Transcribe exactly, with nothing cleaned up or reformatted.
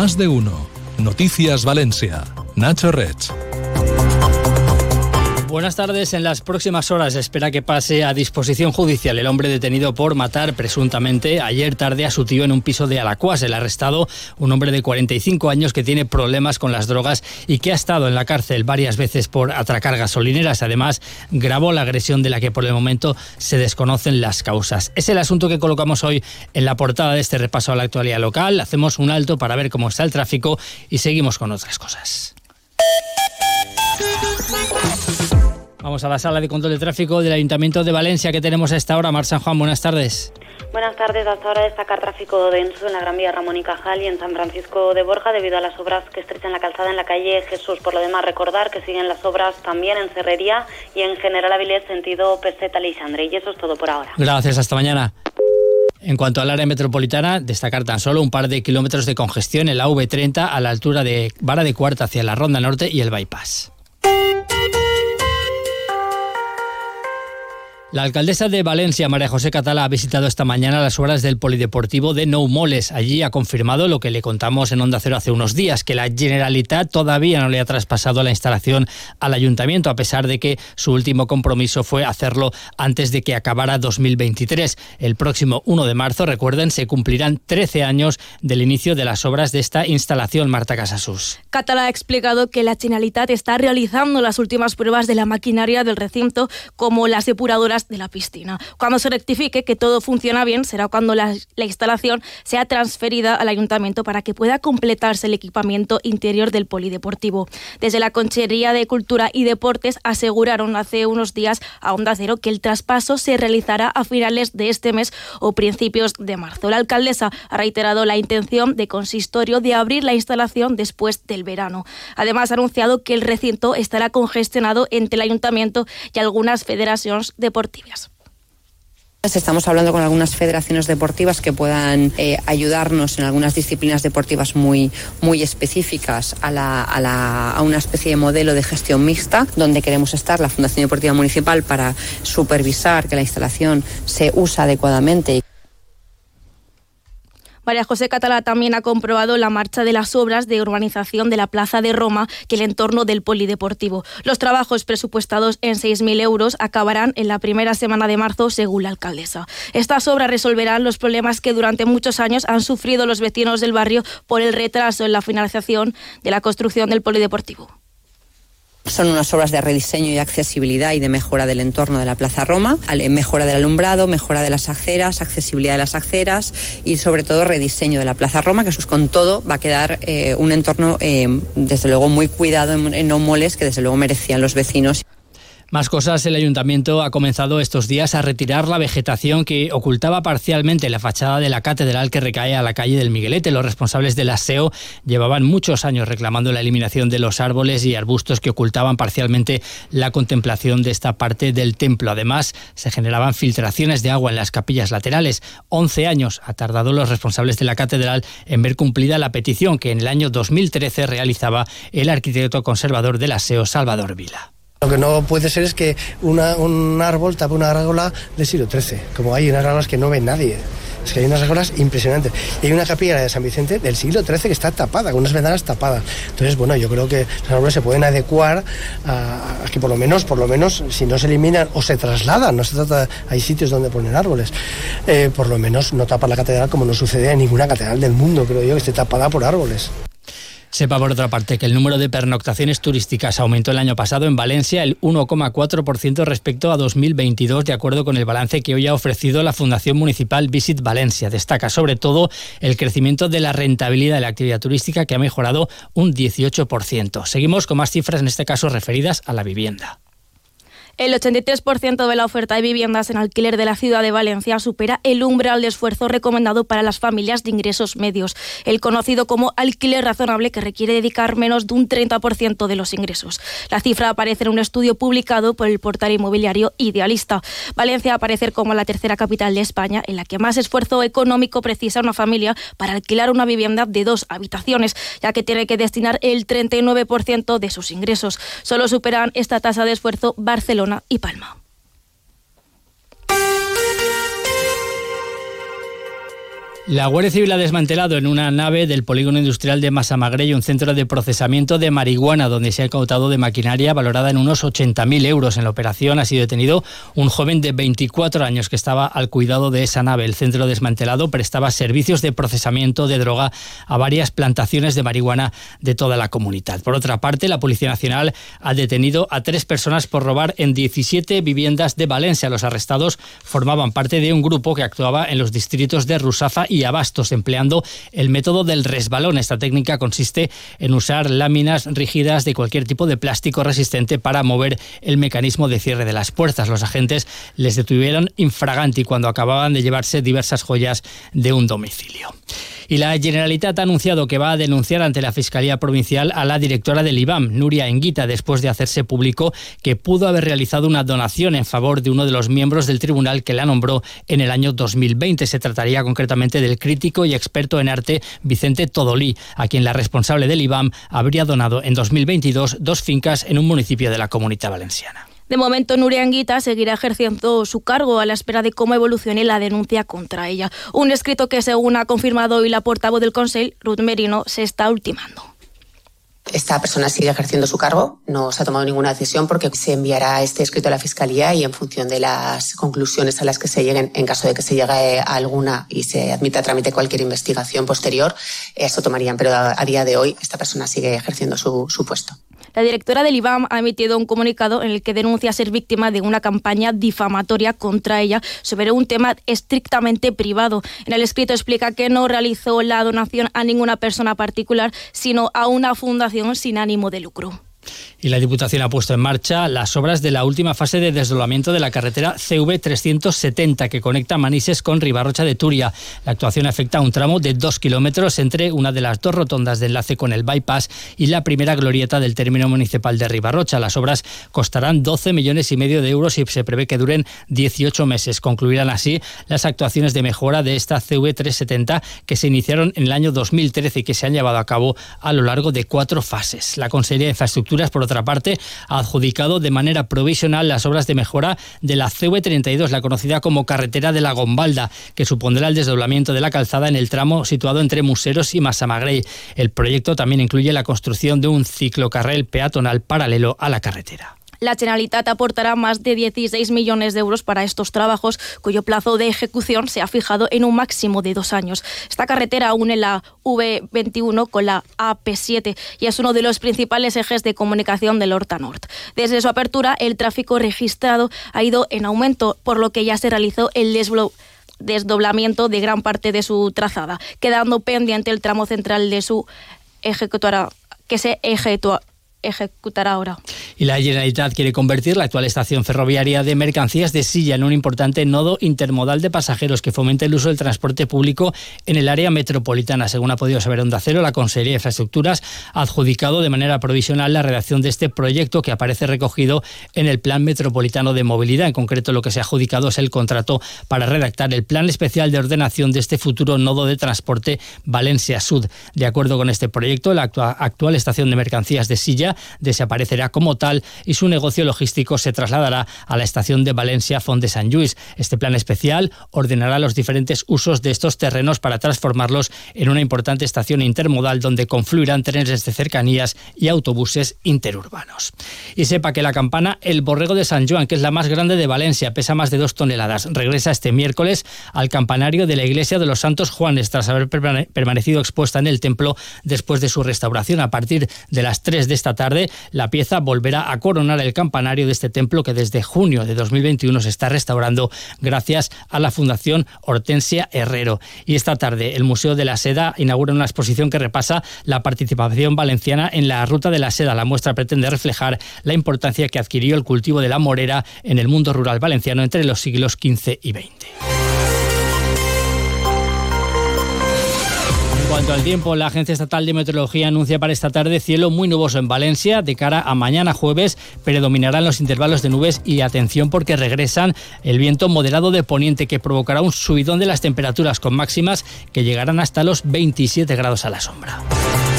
Más de uno. Noticias Valencia. Nacho Reig. Buenas tardes. En las próximas horas espera que pase a disposición judicial el hombre detenido por matar presuntamente ayer tarde a su tío en un piso de Alacuás. El arrestado, un hombre de cuarenta y cinco años que tiene problemas con las drogas y que ha estado en la cárcel varias veces por atracar gasolineras. Además, grabó la agresión de la que por el momento se desconocen las causas. Es el asunto que colocamos hoy en la portada de este repaso a la actualidad local. Hacemos un alto para ver cómo está el tráfico y seguimos con otras cosas. Vamos a la sala de control de tráfico del Ayuntamiento de Valencia que tenemos a esta hora. Mar San Juan, buenas tardes. Buenas tardes. Hasta ahora destacar tráfico denso en la Gran Vía Ramón y Cajal y en San Francisco de Borja debido a las obras que estrechan la calzada en la calle Jesús. Por lo demás, recordar que siguen las obras también en Serrería y en General Avilés sentido Peseta-Leixandre. Y eso es todo por ahora. Gracias, hasta mañana. En cuanto al área metropolitana, destacar tan solo un par de kilómetros de congestión en la A V treinta a la altura de Vara de Cuarta hacia la Ronda Norte y el Bypass. La alcaldesa de Valencia, María José Catalá, ha visitado esta mañana las obras del polideportivo de Nou Moles. Allí ha confirmado lo que le contamos en Onda Cero hace unos días, que la Generalitat todavía no le ha traspasado la instalación al ayuntamiento, a pesar de que su último compromiso fue hacerlo antes de que acabara dos mil veintitrés. El próximo uno de marzo, recuerden, se cumplirán trece años del inicio de las obras de esta instalación. Marta Casasús. Catalá ha explicado que la Generalitat está realizando las últimas pruebas de la maquinaria del recinto, como las depuradoras de la piscina. Cuando se rectifique que todo funciona bien, será cuando la, la instalación sea transferida al ayuntamiento para que pueda completarse el equipamiento interior del polideportivo. Desde la Consellería de Cultura y Deportes aseguraron hace unos días a Onda Cero que el traspaso se realizará a finales de este mes o principios de marzo. La alcaldesa ha reiterado la intención de consistorio de abrir la instalación después del verano. Además, ha anunciado que el recinto estará congestionado entre el ayuntamiento y algunas federaciones deportivas. Estamos hablando con algunas federaciones deportivas que puedan eh, ayudarnos en algunas disciplinas deportivas muy, muy específicas a, la, a, la, a una especie de modelo de gestión mixta, donde queremos estar la Fundación Deportiva Municipal para supervisar que la instalación se usa adecuadamente. María José Catalá también ha comprobado la marcha de las obras de urbanización de la Plaza de Roma y el entorno del polideportivo. Los trabajos presupuestados en seis mil euros acabarán en la primera semana de marzo, según la alcaldesa. Estas obras resolverán los problemas que durante muchos años han sufrido los vecinos del barrio por el retraso en la finalización de la construcción del polideportivo. Son unas obras de rediseño y accesibilidad y de mejora del entorno de la Plaza Roma, mejora del alumbrado, mejora de las aceras, accesibilidad de las aceras y sobre todo rediseño de la Plaza Roma, que eso con todo va a quedar eh, un entorno eh, desde luego muy cuidado en, en Nou Moles, que desde luego merecían los vecinos. Más cosas, el ayuntamiento ha comenzado estos días a retirar la vegetación que ocultaba parcialmente la fachada de la catedral que recae a la calle del Miguelete. Los responsables del aseo llevaban muchos años reclamando la eliminación de los árboles y arbustos que ocultaban parcialmente la contemplación de esta parte del templo. Además, se generaban filtraciones de agua en las capillas laterales. once años ha tardado los responsables de la catedral en ver cumplida la petición que en el año dos mil trece realizaba el arquitecto conservador del aseo, Salvador Vila. Lo que no puede ser es que una, un árbol tape una gárgola del siglo trece, como hay unas gárgolas que no ve nadie. Es que hay unas gárgolas impresionantes. Y hay una capilla de San Vicente del siglo trece que está tapada, con unas ventanas tapadas. Entonces, bueno, yo creo que los árboles se pueden adecuar a, a que por lo menos, por lo menos, si no se eliminan o se trasladan, no se trata, hay sitios donde ponen árboles, eh, por lo menos no tapar la catedral como no sucede en ninguna catedral del mundo, creo yo, que esté tapada por árboles. Sepa, por otra parte, que el número de pernoctaciones turísticas aumentó el año pasado en Valencia el uno coma cuatro por ciento respecto a dos mil veintidós, de acuerdo con el balance que hoy ha ofrecido la Fundación Municipal Visit Valencia. Destaca sobre todo el crecimiento de la rentabilidad de la actividad turística, que ha mejorado un dieciocho por ciento. Seguimos con más cifras, en este caso referidas a la vivienda. El ochenta y tres por ciento de la oferta de viviendas en alquiler de la ciudad de Valencia supera el umbral de esfuerzo recomendado para las familias de ingresos medios, el conocido como alquiler razonable, que requiere dedicar menos de un treinta por ciento de los ingresos. La cifra aparece en un estudio publicado por el portal inmobiliario Idealista. Valencia aparece como la tercera capital de España en la que más esfuerzo económico precisa una familia para alquilar una vivienda de dos habitaciones, ya que tiene que destinar el treinta y nueve por ciento de sus ingresos. Solo superan esta tasa de esfuerzo Barcelona y Palma. La Guardia Civil ha desmantelado en una nave del polígono industrial de Massamagrell un centro de procesamiento de marihuana donde se ha incautado de maquinaria valorada en unos ochenta mil euros. En la operación ha sido detenido un joven de veinticuatro años que estaba al cuidado de esa nave. El centro desmantelado prestaba servicios de procesamiento de droga a varias plantaciones de marihuana de toda la comunidad. Por otra parte, la Policía Nacional ha detenido a tres personas por robar en diecisiete viviendas de Valencia. Los arrestados formaban parte de un grupo que actuaba en los distritos de Rusafa y Abastos, empleando el método del resbalón. Esta técnica consiste en usar láminas rígidas de cualquier tipo de plástico resistente para mover el mecanismo de cierre de las puertas. Los agentes les detuvieron infraganti cuando acababan de llevarse diversas joyas de un domicilio. Y la Generalitat ha anunciado que va a denunciar ante la Fiscalía Provincial a la directora del I B A M, Nuria Enguita, después de hacerse público que pudo haber realizado una donación en favor de uno de los miembros del tribunal que la nombró en el año dos mil veinte. Se trataría concretamente del crítico y experto en arte Vicente Todolí, a quien la responsable del I B A M habría donado en dos mil veintidós dos fincas en un municipio de la Comunidad Valenciana. De momento, Nuria Enguita seguirá ejerciendo su cargo a la espera de cómo evolucione la denuncia contra ella. Un escrito que, según ha confirmado hoy la portavoz del Consell, Ruth Merino, se está ultimando. Esta persona sigue ejerciendo su cargo, no se ha tomado ninguna decisión porque se enviará este escrito a la Fiscalía y en función de las conclusiones a las que se lleguen, en caso de que se llegue a alguna y se admita a trámite cualquier investigación posterior, eso tomarían. Pero a día de hoy esta persona sigue ejerciendo su, su puesto. La directora del I B A M ha emitido un comunicado en el que denuncia ser víctima de una campaña difamatoria contra ella sobre un tema estrictamente privado. En el escrito explica que no realizó la donación a ninguna persona particular, sino a una fundación sin ánimo de lucro. Y la Diputación ha puesto en marcha las obras de la última fase de desdoblamiento de la carretera C V trescientos setenta que conecta Manises con Ribarrocha de Túria. La actuación afecta a un tramo de dos kilómetros entre una de las dos rotondas de enlace con el bypass y la primera glorieta del término municipal de Ribarrocha. Las obras costarán doce millones y medio de euros y se prevé que duren dieciocho meses. Concluirán así las actuaciones de mejora de esta C V trescientos setenta que se iniciaron en el año dos mil trece y que se han llevado a cabo a lo largo de cuatro fases. La Consellería de Infraestructuras, por otra parte, ha adjudicado de manera provisional las obras de mejora de la C V treinta y dos, la conocida como carretera de la Gombalda, que supondrá el desdoblamiento de la calzada en el tramo situado entre Museros y Massamagrell. El proyecto también incluye la construcción de un ciclocarril peatonal paralelo a la carretera. La Generalitat aportará más de dieciséis millones de euros para estos trabajos, cuyo plazo de ejecución se ha fijado en un máximo de dos años. Esta carretera une la V veintiuno con la A P siete y es uno de los principales ejes de comunicación del Horta Nord. Desde su apertura, el tráfico registrado ha ido en aumento, por lo que ya se realizó el desbloqueo. desdoblamiento de gran parte de su trazada, quedando pendiente el tramo central de su ejecutora, que se ejecuta. ejecutará ahora. Y la Generalitat quiere convertir la actual estación ferroviaria de mercancías de Silla en un importante nodo intermodal de pasajeros que fomente el uso del transporte público en el área metropolitana. Según ha podido saber Onda Cero, la Consellería de Infraestructuras ha adjudicado de manera provisional la redacción de este proyecto que aparece recogido en el Plan Metropolitano de Movilidad. En concreto, lo que se ha adjudicado es el contrato para redactar el Plan Especial de Ordenación de este futuro nodo de transporte Valencia Sud. De acuerdo con este proyecto, la actual estación de mercancías de Silla desaparecerá como tal y su negocio logístico se trasladará a la estación de Valencia Font de Sant Lluís. Este plan especial ordenará los diferentes usos de estos terrenos para transformarlos en una importante estación intermodal donde confluirán trenes de cercanías y autobuses interurbanos. Y sepa que la campana El Borrego de Sant Joan, que es la más grande de Valencia, pesa más de dos toneladas, regresa este miércoles al campanario de la Iglesia de los Santos Juanes tras haber permanecido expuesta en el templo después de su restauración. A partir de las tres de esta tarde tarde, la pieza volverá a coronar el campanario de este templo que desde junio de dos mil veintiuno se está restaurando gracias a la Fundación Hortensia Herrero. Y esta tarde el Museo de la Seda inaugura una exposición que repasa la participación valenciana en la Ruta de la Seda. La muestra pretende reflejar la importancia que adquirió el cultivo de la morera en el mundo rural valenciano entre los siglos quince y veinte. En cuanto al tiempo, la Agencia Estatal de Meteorología anuncia para esta tarde cielo muy nuboso en Valencia. De cara a mañana jueves predominarán los intervalos de nubes y atención porque regresan el viento moderado de poniente que provocará un subidón de las temperaturas con máximas que llegarán hasta los veintisiete grados a la sombra.